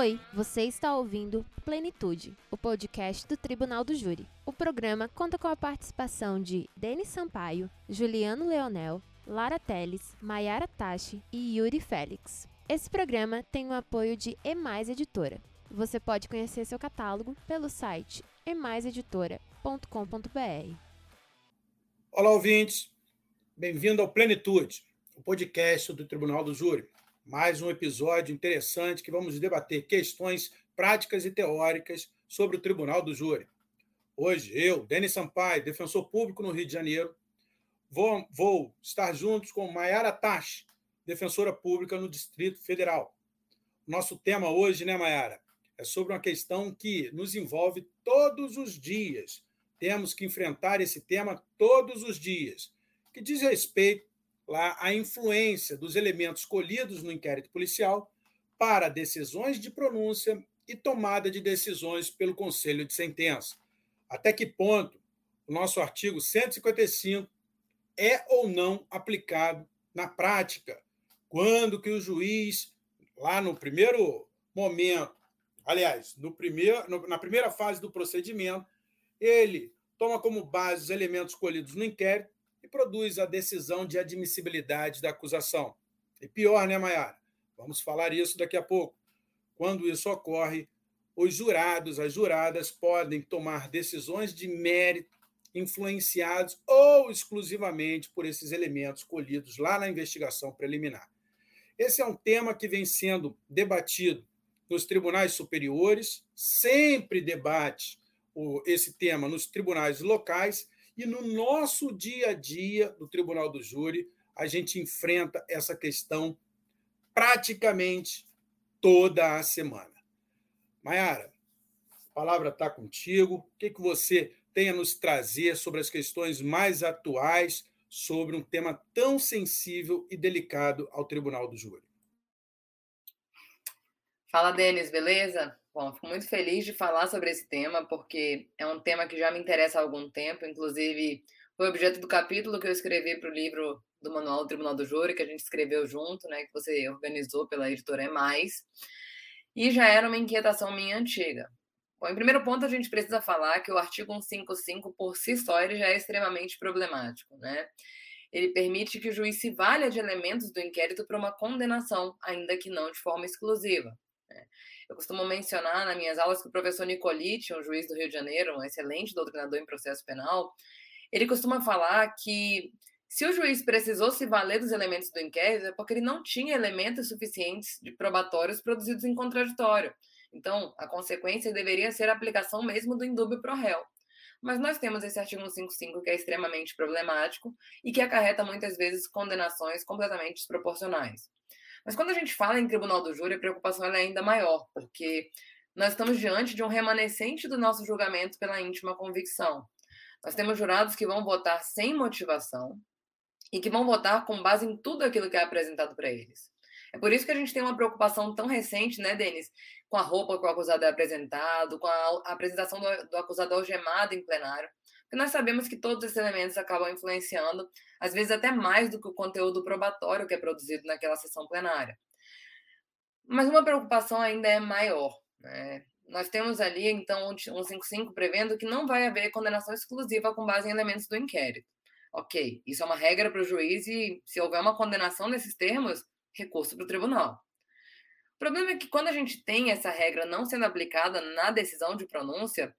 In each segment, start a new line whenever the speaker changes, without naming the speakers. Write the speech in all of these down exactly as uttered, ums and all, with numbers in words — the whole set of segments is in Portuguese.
Oi, você está ouvindo Plenitude, o podcast do Tribunal do Júri. O programa conta com a participação de Denis Sampaio, Juliano Leonel, Lara Teles, Maiara Tachi e Yuri Félix. Esse programa tem o apoio de E Mais Editora. Você pode conhecer seu catálogo pelo site e mais editora ponto com ponto b r.
Olá, ouvintes. Bem-vindo ao Plenitude, o podcast do Tribunal do Júri. Mais um episódio interessante que vamos debater questões práticas e teóricas sobre o Tribunal do Júri. Hoje, eu, Denis Sampaio, defensor público no Rio de Janeiro, vou, vou estar juntos com Maiara Tachi, defensora pública no Distrito Federal. Nosso tema hoje, né, Maiara, é sobre uma questão que nos envolve todos os dias. Temos que enfrentar esse tema todos os dias, que diz respeito lá à influência dos elementos colhidos no inquérito policial para decisões de pronúncia e tomada de decisões pelo Conselho de Sentença. Até que ponto o nosso artigo cento e cinquenta e cinco é ou não aplicado na prática? Quando que o juiz, lá no primeiro momento, aliás, no primeiro, no, na primeira fase do procedimento, ele toma como base os elementos colhidos no inquérito e produz a decisão de admissibilidade da acusação. E pior, né, Maiara? Vamos falar isso daqui a pouco. Quando isso ocorre, os jurados, as juradas, podem tomar decisões de mérito influenciados ou exclusivamente por esses elementos colhidos lá na investigação preliminar. Esse é um tema que vem sendo debatido nos tribunais superiores, sempre debate esse tema nos tribunais locais, e no nosso dia a dia do Tribunal do Júri, a gente enfrenta essa questão praticamente toda a semana. Maiara, a palavra está contigo. O que, que você tem a nos trazer sobre as questões mais atuais sobre um tema tão sensível e delicado ao Tribunal do Júri?
Fala, Denis, beleza? Bom, fico muito feliz de falar sobre esse tema, porque é um tema que já me interessa há algum tempo, inclusive foi objeto do capítulo que eu escrevi para o livro do Manual do Tribunal do Júri, que a gente escreveu junto, né, que você organizou pela editora E Mais, e já era uma inquietação minha antiga. Bom, em primeiro ponto, a gente precisa falar que o artigo cento e cinquenta e cinco, por si só, ele já é extremamente problemático, né? Ele permite que o juiz se valha de elementos do inquérito para uma condenação, ainda que não de forma exclusiva. Eu costumo mencionar nas minhas aulas que o professor Nicoliti, um juiz do Rio de Janeiro, um excelente doutrinador em processo penal, ele costuma falar que se o juiz precisou se valer dos elementos do inquérito é porque ele não tinha elementos suficientes de probatórios produzidos em contraditório. Então, a consequência deveria ser a aplicação mesmo do indúbio pro réu. Mas nós temos esse artigo cento e cinquenta e cinco que é extremamente problemático e que acarreta muitas vezes condenações completamente desproporcionais. Mas quando a gente fala em Tribunal do Júri, a preocupação é ainda maior, porque nós estamos diante de um remanescente do nosso julgamento pela íntima convicção. Nós temos jurados que vão votar sem motivação e que vão votar com base em tudo aquilo que é apresentado para eles. É por isso que a gente tem uma preocupação tão recente, né, Denis, com a roupa que o acusado é apresentado, com a apresentação do, do acusado algemado em plenário, porque nós sabemos que todos esses elementos acabam influenciando, às vezes até mais do que o conteúdo probatório que é produzido naquela sessão plenária. Mas uma preocupação ainda é maior, né? Nós temos ali, então, um cento e cinquenta e cinco prevendo que não vai haver condenação exclusiva com base em elementos do inquérito. Ok, isso é uma regra para o juiz e, se houver uma condenação nesses termos, recurso para o tribunal. O problema é que quando a gente tem essa regra não sendo aplicada na decisão de pronúncia,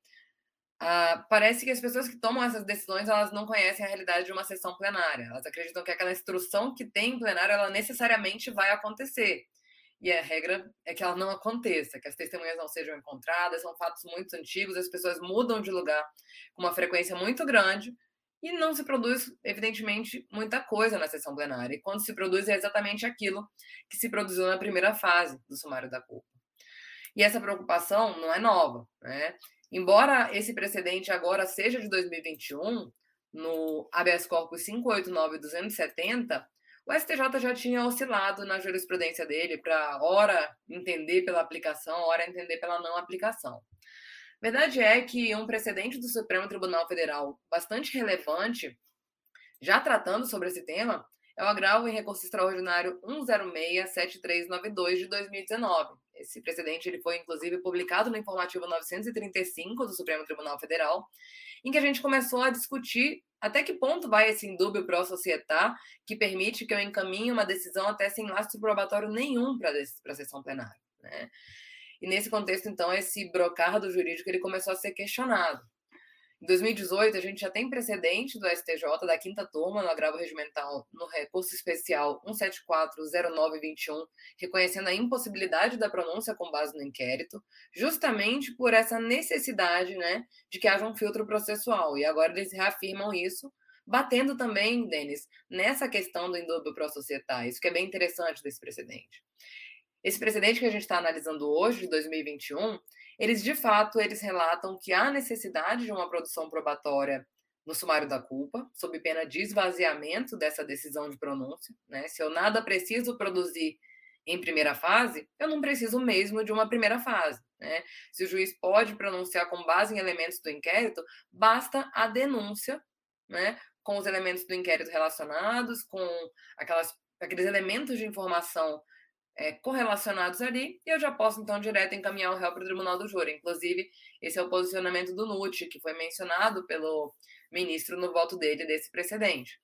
ah, parece que as pessoas que tomam essas decisões, elas não conhecem a realidade de uma sessão plenária. Elas acreditam que aquela instrução que tem em plenário, ela necessariamente vai acontecer. E a regra é que ela não aconteça, que as testemunhas não sejam encontradas, são fatos muito antigos, as pessoas mudam de lugar com uma frequência muito grande e não se produz, evidentemente, muita coisa na sessão plenária. E quando se produz é exatamente aquilo que se produziu na primeira fase do sumário da culpa. E essa preocupação não é nova, né? Embora esse precedente agora seja de dois mil e vinte e um, no habeas corpus quinhentos e oitenta e nove duzentos e setenta, o S T J já tinha oscilado na jurisprudência dele para, ora, entender pela aplicação, ora, entender pela não aplicação. Verdade é que um precedente do Supremo Tribunal Federal bastante relevante, já tratando sobre esse tema, é o agravo em recurso extraordinário um zero seis sete três nove dois de dois mil e dezenove, Esse precedente ele foi, inclusive, publicado no informativo novecentos e trinta e cinco do Supremo Tribunal Federal, em que a gente começou a discutir até que ponto vai esse indúbio pro societá que permite que eu encaminhe uma decisão até sem lastro probatório nenhum para a sessão plenária, né? E nesse contexto, então, esse brocardo jurídico ele começou a ser questionado. Em dois mil e dezoito, a gente já tem precedente do S T J, da quinta turma, no agravo regimental, no recurso especial cento e setenta e quatro, zero nove vinte e um, reconhecendo a impossibilidade da pronúncia com base no inquérito, justamente por essa necessidade, né, de que haja um filtro processual. E agora eles reafirmam isso, batendo também, Denis, nessa questão do indúbio pro societá. Isso que é bem interessante desse precedente. Esse precedente que a gente está analisando hoje, de dois mil e vinte e um, eles, de fato, eles relatam que há necessidade de uma produção probatória no sumário da culpa, sob pena de esvaziamento dessa decisão de pronúncia, né? Se eu nada preciso produzir em primeira fase, eu não preciso mesmo de uma primeira fase, né? Se o juiz pode pronunciar com base em elementos do inquérito, basta a denúncia, né, com os elementos do inquérito relacionados, com aquelas, aqueles elementos de informação É, correlacionados ali, e eu já posso, então, direto encaminhar o réu para o tribunal do júri. Inclusive, esse é o posicionamento do N U T, que foi mencionado pelo ministro no voto dele desse precedente.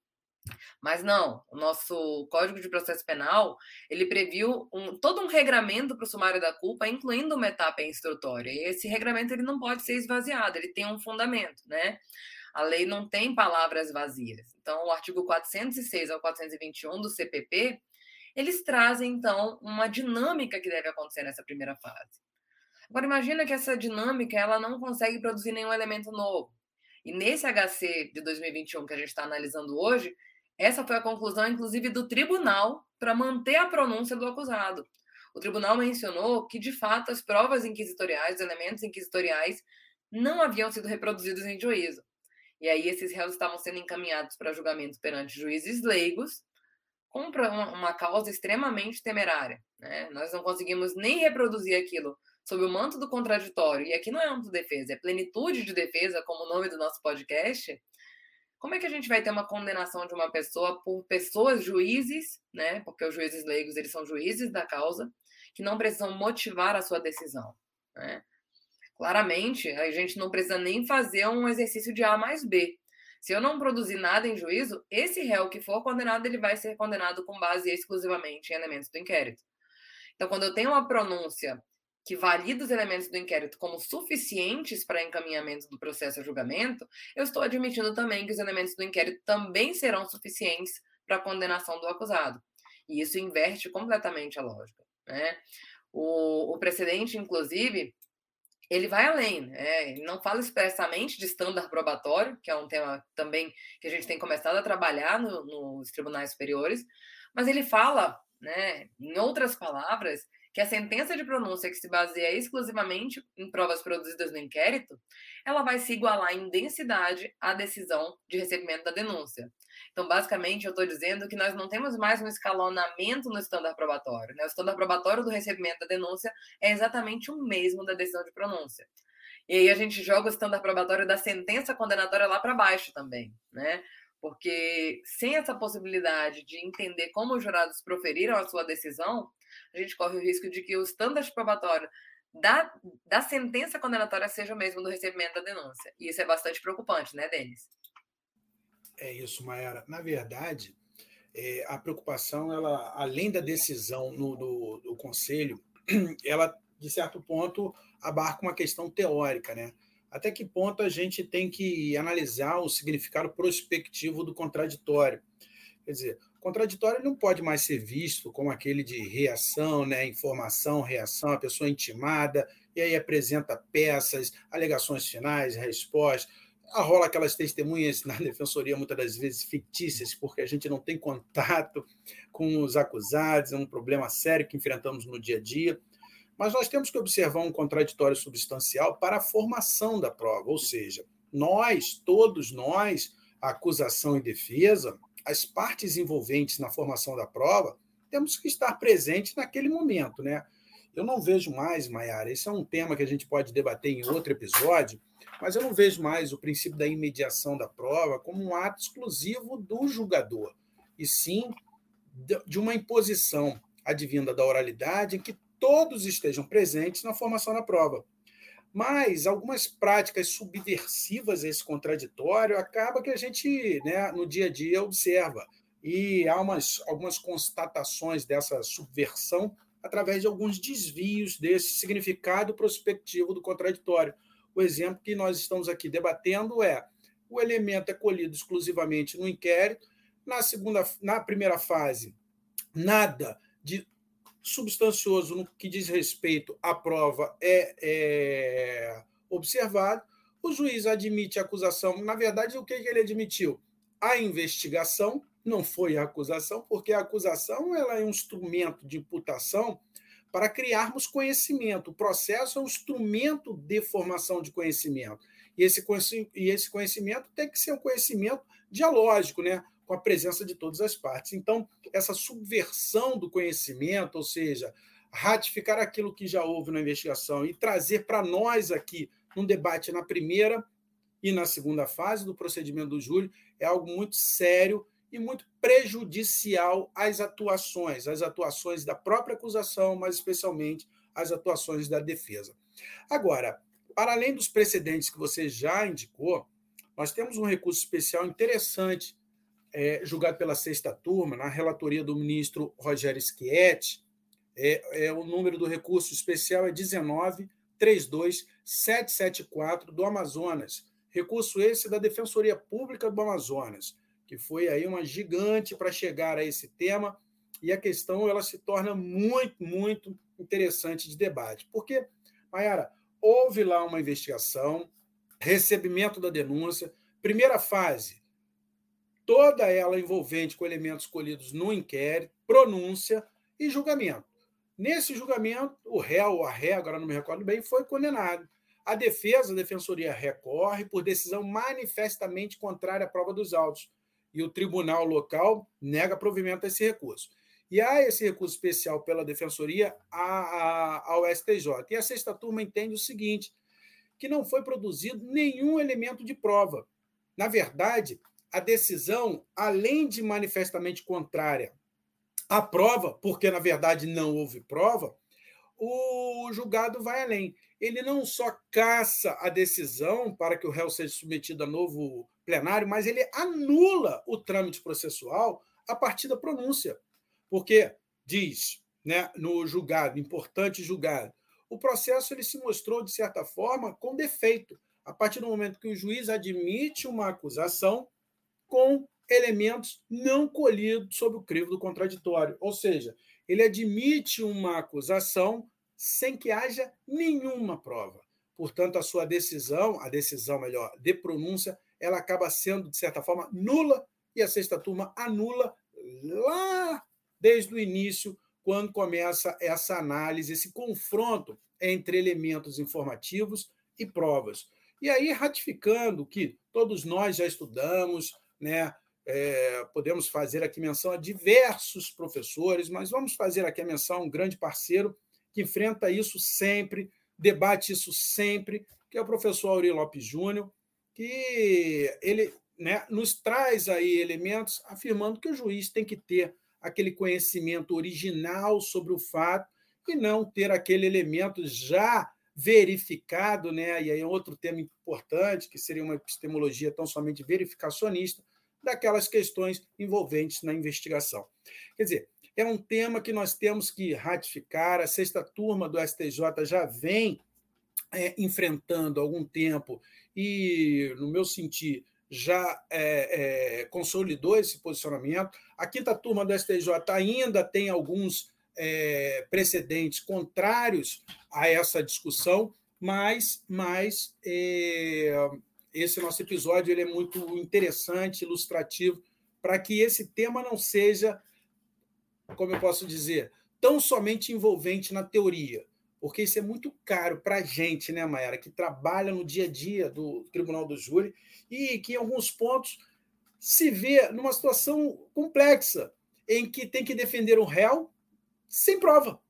Mas não, o nosso Código de Processo Penal, ele previu um, todo um regramento para o sumário da culpa, incluindo uma etapa instrutória. E esse regramento ele não pode ser esvaziado, ele tem um fundamento, né? A lei não tem palavras vazias. Então, o artigo quatrocentos e seis ao quatrocentos e vinte e um do C P P, eles trazem, então, uma dinâmica que deve acontecer nessa primeira fase. Agora, imagina que essa dinâmica ela não consegue produzir nenhum elemento novo. E nesse H C de dois mil e vinte e um que a gente está analisando hoje, essa foi a conclusão, inclusive, do tribunal para manter a pronúncia do acusado. O tribunal mencionou que, de fato, as provas inquisitoriais, os elementos inquisitoriais, não haviam sido reproduzidos em juízo. E aí esses réus estavam sendo encaminhados para julgamento perante juízes leigos, com uma causa extremamente temerária, né? Nós não conseguimos nem reproduzir aquilo sob o manto do contraditório, e aqui não é autodefesa, é plenitude de defesa, como o nome do nosso podcast. Como é que a gente vai ter uma condenação de uma pessoa por pessoas juízes, né? Porque os juízes leigos, eles são juízes da causa, que não precisam motivar a sua decisão, né? Claramente, a gente não precisa nem fazer um exercício de A mais B. Se eu não produzir nada em juízo, esse réu que for condenado, ele vai ser condenado com base exclusivamente em elementos do inquérito. Então, quando eu tenho uma pronúncia que valida os elementos do inquérito como suficientes para encaminhamento do processo a julgamento, eu estou admitindo também que os elementos do inquérito também serão suficientes para a condenação do acusado. E isso inverte completamente a lógica, né? O, o precedente, inclusive, ele vai além, né? Ele não fala expressamente de estándar probatório, que é um tema também que a gente tem começado a trabalhar no, nos tribunais superiores, mas ele fala, né, em outras palavras, que a sentença de pronúncia que se baseia exclusivamente em provas produzidas no inquérito, ela vai se igualar em densidade à decisão de recebimento da denúncia. Então, basicamente, eu estou dizendo que nós não temos mais um escalonamento no estándar probatório, né? O estándar probatório do recebimento da denúncia é exatamente o mesmo da decisão de pronúncia. E aí a gente joga o estándar probatório da sentença condenatória lá para baixo também, né? Porque sem essa possibilidade de entender como os jurados proferiram a sua decisão, a gente corre o risco de que o estándar probatório da, da sentença condenatória seja o mesmo do recebimento da denúncia. E isso é bastante preocupante, né, Denis?
É isso, Mayara. Na verdade, é, a preocupação, ela, além da decisão no, do, do Conselho, ela, de certo ponto, abarca uma questão teórica, né? Até que ponto a gente tem que analisar o significado prospectivo do contraditório. Quer dizer, o contraditório não pode mais ser visto como aquele de reação, né? Informação, reação, a pessoa intimada, e aí apresenta peças, alegações finais, respostas. Rola aquelas testemunhas na defensoria, muitas das vezes fictícias, porque a gente não tem contato com os acusados, é um problema sério que enfrentamos no dia a dia. Mas nós temos que observar um contraditório substancial para a formação da prova, ou seja, nós, todos nós, a acusação e defesa, as partes envolventes na formação da prova, temos que estar presentes naquele momento, né? Eu não vejo mais, Mayara, esse é um tema que a gente pode debater em outro episódio, mas eu não vejo mais o princípio da imediação da prova como um ato exclusivo do julgador, e sim de uma imposição advinda da oralidade, em que todos estejam presentes na formação da prova. Mas algumas práticas subversivas a esse contraditório acaba que a gente, né, no dia a dia, observa. E há umas, algumas constatações dessa subversão através de alguns desvios desse significado prospectivo do contraditório. O exemplo que nós estamos aqui debatendo é: o elemento é colhido exclusivamente no inquérito, na, segunda, na primeira fase, nada de substancioso no que diz respeito à prova é, é observado, o juiz admite a acusação. Na verdade, o que ele admitiu? A investigação, não foi a acusação, porque a acusação ela é um instrumento de imputação para criarmos conhecimento. O processo é um instrumento de formação de conhecimento. E esse, e esse conhecimento tem que ser um conhecimento dialógico, né? Com a presença de todas as partes. Então, essa subversão do conhecimento, ou seja, ratificar aquilo que já houve na investigação e trazer para nós aqui, num debate na primeira e na segunda fase do procedimento do júri, é algo muito sério e muito prejudicial às atuações, às atuações da própria acusação, mas especialmente às atuações da defesa. Agora, para além dos precedentes que você já indicou, nós temos um recurso especial interessante, É, julgado pela sexta turma, na relatoria do ministro Rogério Schietti. É, é, o número do recurso especial é dezenove trinta e dois setecentos e setenta e quatro do Amazonas. Recurso esse da Defensoria Pública do Amazonas, que foi aí uma gigante para chegar a esse tema, e a questão ela se torna muito, muito interessante de debate. Porque, Mayara, houve lá uma investigação, recebimento da denúncia, primeira fase, toda ela envolvente com elementos colhidos no inquérito, pronúncia e julgamento. Nesse julgamento, o réu ou a ré, agora não me recordo bem, foi condenado. A defesa, a defensoria, recorre por decisão manifestamente contrária à prova dos autos, e o tribunal local nega provimento a esse recurso. E há esse recurso especial pela defensoria ao S T J. E a sexta turma entende o seguinte, que não foi produzido nenhum elemento de prova. Na verdade, a decisão, além de manifestamente contrária à prova, porque, na verdade, não houve prova, o julgado vai além. Ele não só caça a decisão para que o réu seja submetido a novo plenário, mas ele anula o trâmite processual a partir da pronúncia. Porque diz, né, no julgado, importante julgado, o processo ele se mostrou, de certa forma, com defeito, a partir do momento que o juiz admite uma acusação com elementos não colhidos sob o crivo do contraditório. Ou seja, ele admite uma acusação sem que haja nenhuma prova. Portanto, a sua decisão, a decisão, melhor, de pronúncia, ela acaba sendo, de certa forma, nula, e a sexta turma anula lá desde o início, quando começa essa análise, esse confronto entre elementos informativos e provas. E aí, ratificando que todos nós já estudamos, né? É, podemos fazer aqui menção a diversos professores, mas vamos fazer aqui a menção a um grande parceiro que enfrenta isso sempre, debate isso sempre, que é o professor Auri Lopes Júnior, que ele, né, nos traz aí elementos afirmando que o juiz tem que ter aquele conhecimento original sobre o fato e não ter aquele elemento já verificado, né? E aí é outro tema importante, que seria uma epistemologia tão somente verificacionista, daquelas questões envolventes na investigação. Quer dizer, é um tema que nós temos que ratificar, a sexta turma do S T J já vem é, enfrentando há algum tempo e, no meu sentir, já é, é, consolidou esse posicionamento. A quinta turma do S T J ainda tem alguns é, precedentes contrários a essa discussão, mas, mas é, esse nosso episódio ele é muito interessante, ilustrativo, para que esse tema não seja, como eu posso dizer, tão somente envolvente na teoria, porque isso é muito caro para a gente, né, Mayara, que trabalha no dia a dia do Tribunal do Júri e que, em alguns pontos, se vê numa situação complexa, em que tem que defender um réu sem prova.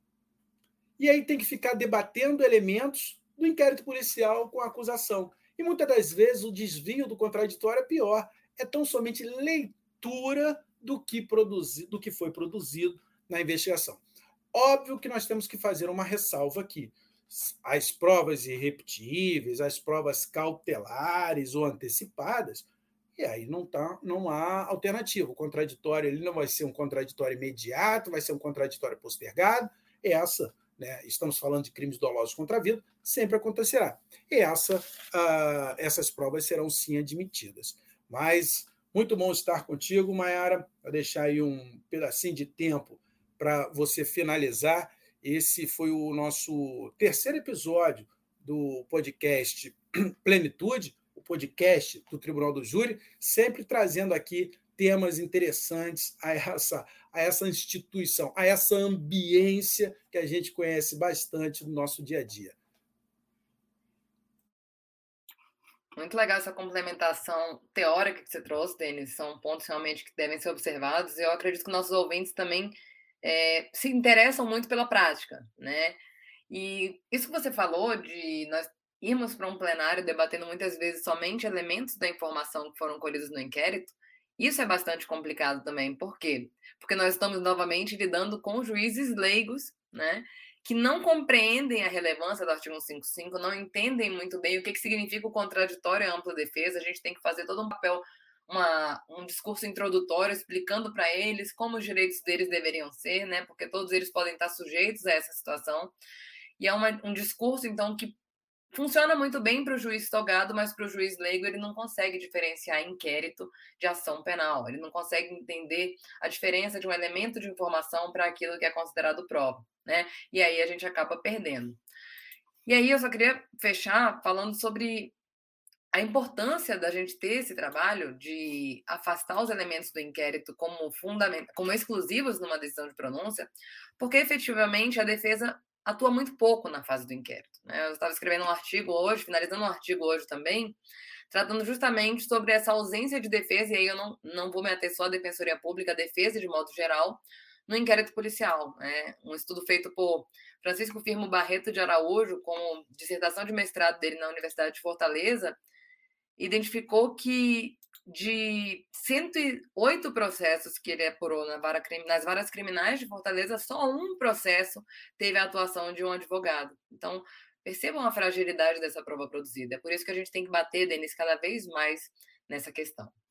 E aí tem que ficar debatendo elementos do inquérito policial com a acusação. E muitas das vezes o desvio do contraditório é pior, é tão somente leitura do que, produzi, do que foi produzido na investigação. Óbvio que nós temos que fazer uma ressalva aqui. As provas irrepetíveis, as provas cautelares ou antecipadas, e aí não, tá, não há alternativa. O contraditório ele não vai ser um contraditório imediato, vai ser um contraditório postergado. Essa, né, estamos falando de crimes dolosos contra a vida, sempre acontecerá. E essa, ah, essas provas serão sim admitidas. Mas muito bom estar contigo, Mayara. Vou deixar aí um pedacinho de tempo para você finalizar. Esse foi o nosso terceiro episódio do podcast Plenitude, o podcast do Tribunal do Júri, sempre trazendo aqui temas interessantes a essa, a essa instituição, a essa ambiência que a gente conhece bastante no nosso dia a dia.
Muito legal essa complementação teórica que você trouxe, Denis. São pontos realmente que devem ser observados. Eu acredito que nossos ouvintes também é, se interessam muito pela prática, né? E isso que você falou de nós irmos para um plenário debatendo muitas vezes somente elementos da informação que foram colhidos no inquérito, isso é bastante complicado também. Por quê? Porque nós estamos novamente lidando com juízes leigos, né? Que não compreendem a relevância do artigo cento e cinquenta e cinco, não entendem muito bem o que, que significa o contraditório e a ampla defesa. A gente tem que fazer todo um papel, uma, um discurso introdutório explicando para eles como os direitos deles deveriam ser, né? Porque todos eles podem estar sujeitos a essa situação. E é uma, um discurso, então, que funciona muito bem para o juiz togado, mas para o juiz leigo ele não consegue diferenciar inquérito de ação penal. Ele não consegue entender a diferença de um elemento de informação para aquilo que é considerado prova, né? E aí a gente acaba perdendo. E aí eu só queria fechar falando sobre a importância da gente ter esse trabalho de afastar os elementos do inquérito como, fundament... como exclusivos numa decisão de pronúncia, porque efetivamente a defesa atua muito pouco na fase do inquérito, né? Eu estava escrevendo um artigo hoje, finalizando um artigo hoje também, tratando justamente sobre essa ausência de defesa, e aí eu não, não vou me ater só à Defensoria Pública, a defesa de modo geral, no inquérito policial, né? Um estudo feito por Francisco Firmo Barreto de Araújo, com dissertação de mestrado dele na Universidade de Fortaleza, identificou que de cento e oito processos que ele apurou na vara, nas varas criminais de Fortaleza, só um processo teve a atuação de um advogado. Então, percebam a fragilidade dessa prova produzida. É por isso que a gente tem que bater, Denis, cada vez mais nessa questão.